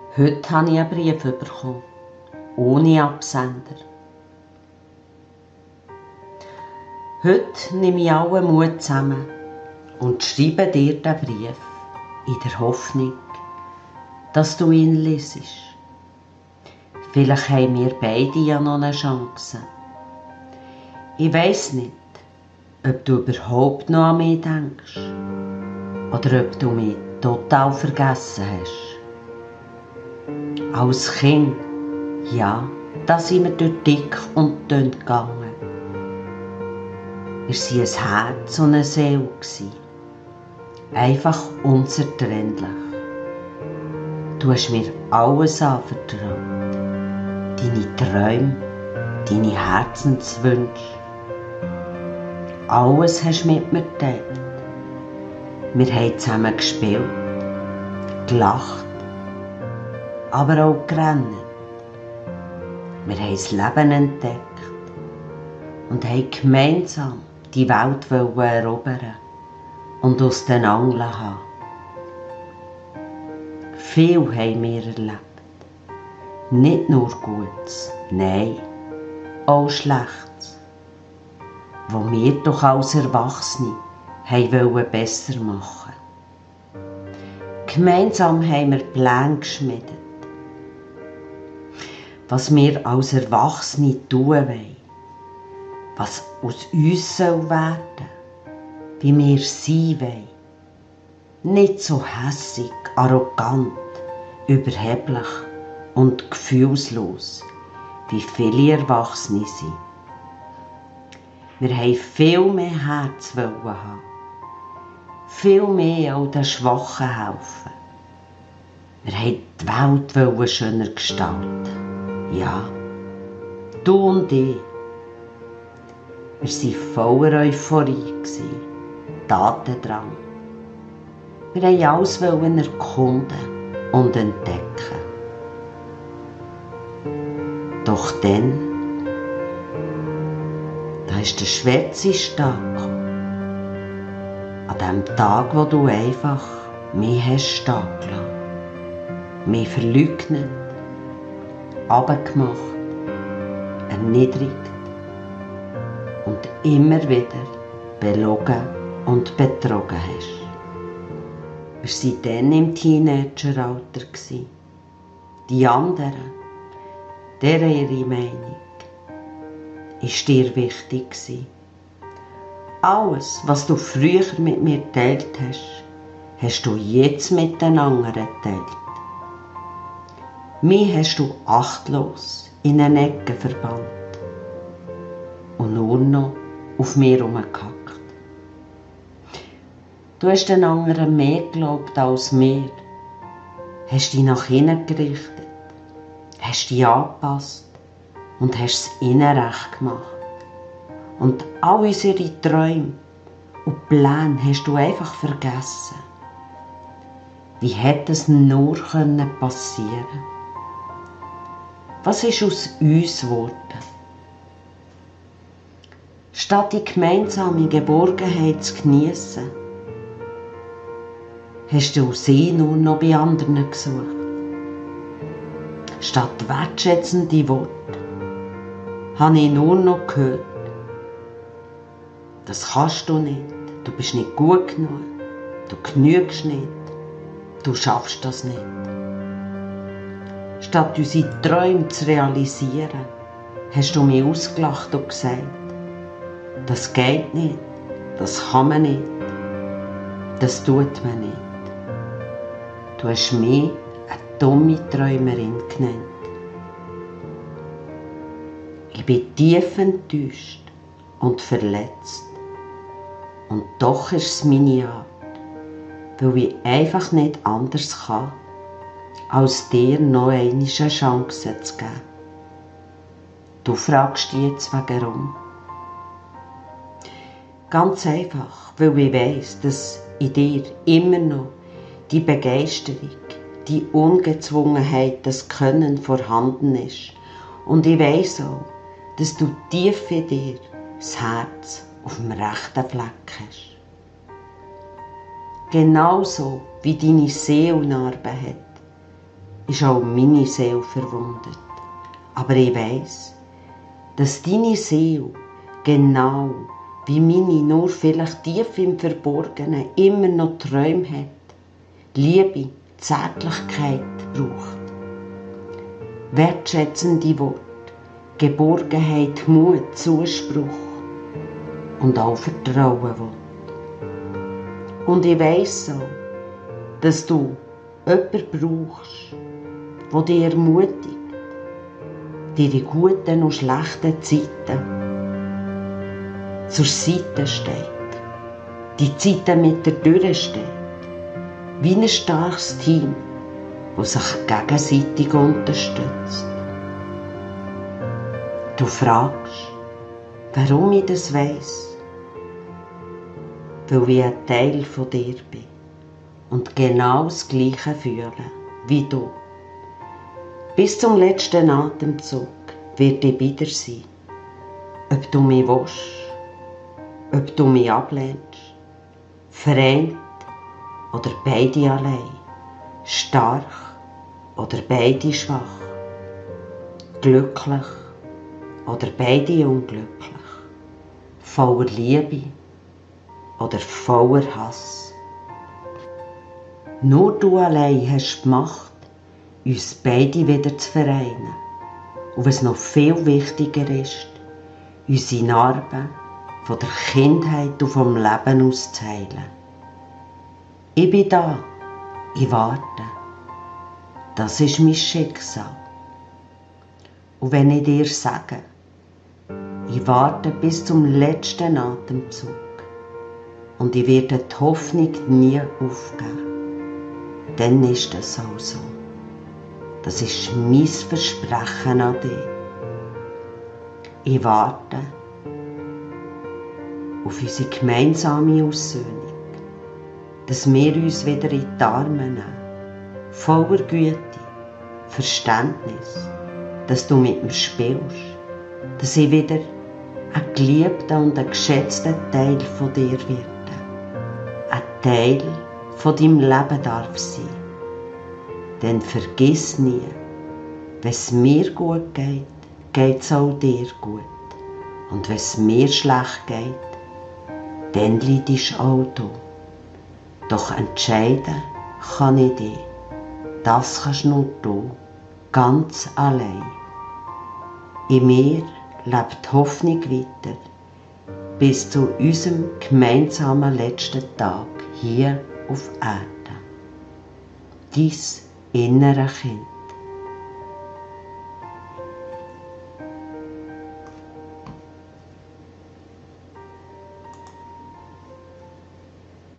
Heute habe ich einen Brief bekommen, ohne Absender. Heute nehme ich allen Mut zusammen und schreibe dir den Brief in der Hoffnung, dass du ihn liest. Vielleicht haben wir beide ja noch eine Chance. Ich weiss nicht, ob du überhaupt noch an mich denkst oder ob du mich total vergessen hast. Als Kind, ja, da sind wir durch dick und dünn gegangen. Wir waren ein Herz und eine Seele. Einfach unzertrennlich. Du hast mir alles anvertraut. Deine Träume, deine Herzenswünsche. Alles hast du mit mir geteilt. Wir haben zusammen gespielt, gelacht, aber auch gerannt. Wir haben das Leben entdeckt und haben gemeinsam die Welt erobern und aus den Angeln haben. Viel haben wir erlebt. Nicht nur Gutes, nein, auch Schlechtes. Wo wir doch als Erwachsene wollten besser machen. Gemeinsam haben wir Pläne geschmiedet, was wir als Erwachsene tun wollen, was aus uns werden soll, wie wir sein wollen. Nicht so hässig, arrogant, überheblich und gefühlslos, wie viele Erwachsene sind. Wir wollten viel mehr Herz haben, viel mehr auch den Schwachen helfen. Wir wollten die Welt schöner gestalten. Ja, du und ich. Wir waren voller Euphorie, Tatendrang. Wir wollten alles erkunden und entdecken. Doch dann, da ist der schwärzeste Tag gekommen. An dem Tag, wo du einfach mich hast stehen gelassen. Mich verleugnet, abgemacht, erniedrigt und immer wieder belogen und betrogen hast. Wir waren dann im Teenageralter. Die anderen, deren ihre Meinung, ist dir wichtig. Alles, was du früher mit mir geteilt hast, hast du jetzt mit den anderen geteilt. Mich hast du achtlos in eine Ecke verbannt und nur noch auf mir herumgehackt. Du hast den anderen mehr geglaubt als mir, hast dich nach innen gerichtet, hast dich angepasst und hast es ihnen recht gemacht. Und all unsere Träume und Pläne hast du einfach vergessen. Wie hätte es nur passieren können? Was ist aus uns geworden? Statt die gemeinsame Geborgenheit zu geniessen, hast du sie nur noch bei anderen gesucht. Statt wertschätzende Worte habe ich nur noch gehört: Das kannst du nicht, du bist nicht gut genug, du genügst nicht, du schaffst das nicht. Statt unsere Träume zu realisieren, hast du mich ausgelacht und gesagt: Das geht nicht, das kann man nicht, das tut man nicht. Du hast mich eine dumme Träumerin genannt. Ich bin tief enttäuscht und verletzt. Und doch ist es meine Art, weil ich einfach nicht anders kann, als dir noch einmal eine Chance zu geben. Du fragst dich jetzt warum? Ganz einfach, weil ich weiss, dass in dir immer noch die Begeisterung, die Ungezwungenheit, das Können vorhanden ist. Und ich weiss auch, dass du tief in dir das Herz auf dem rechten Fleck hast. Genauso wie deine Seele Narben hat, ist auch meine Seele verwundet. Aber ich weiss, dass deine Seele genau wie meine nur vielleicht tief im Verborgenen immer noch Träume hat, Liebe, Zärtlichkeit braucht, wertschätzende Worte, Geborgenheit, Mut, Zuspruch und auch Vertrauen will. Und ich weiss auch, dass du jemanden brauchst, der dich ermutigt, dir in guten und schlechten Zeiten zur Seite steht, die Zeiten mit dir durchsteht, wie ein starkes Team, das sich gegenseitig unterstützt. Du fragst, warum ich das weiss, weil ich ein Teil von dir bin und genau das Gleiche fühle wie du. Bis zum letzten Atemzug wird ich bei dir sein, ob du mich willst, ob du mich ablehnst, vereint oder beide allein, stark oder beide schwach, glücklich oder beide unglücklich, voller Liebe oder voller Hass. Nur du allein hast die Macht, uns beide wieder zu vereinen. Und was noch viel wichtiger ist, unsere Narben von der Kindheit und vom Leben aus zu heilen. Ich bin da, ich warte. Das ist mein Schicksal. Und wenn ich dir sage, ich warte bis zum letzten Atemzug und ich werde die Hoffnung nie aufgeben, dann ist das auch so. Das ist mein Versprechen an dich. Ich warte auf unsere gemeinsame Aussöhnung, dass wir uns wieder in die Arme nehmen, voller Güte, Verständnis, dass du mit mir spielst, dass ich wieder ein geliebter und ein geschätzter Teil von dir werde, ein Teil von deinem Leben darf sein. Denn vergiss nie, wenn es mir gut geht, geht es auch dir gut. Und wenn es mir schlecht geht, dann leidest auch du. Doch entscheiden kann ich dich. Das kannst nur du, ganz allein. In mir lebt die Hoffnung weiter, bis zu unserem gemeinsamen letzten Tag hier auf Erde. Dein innere Kind.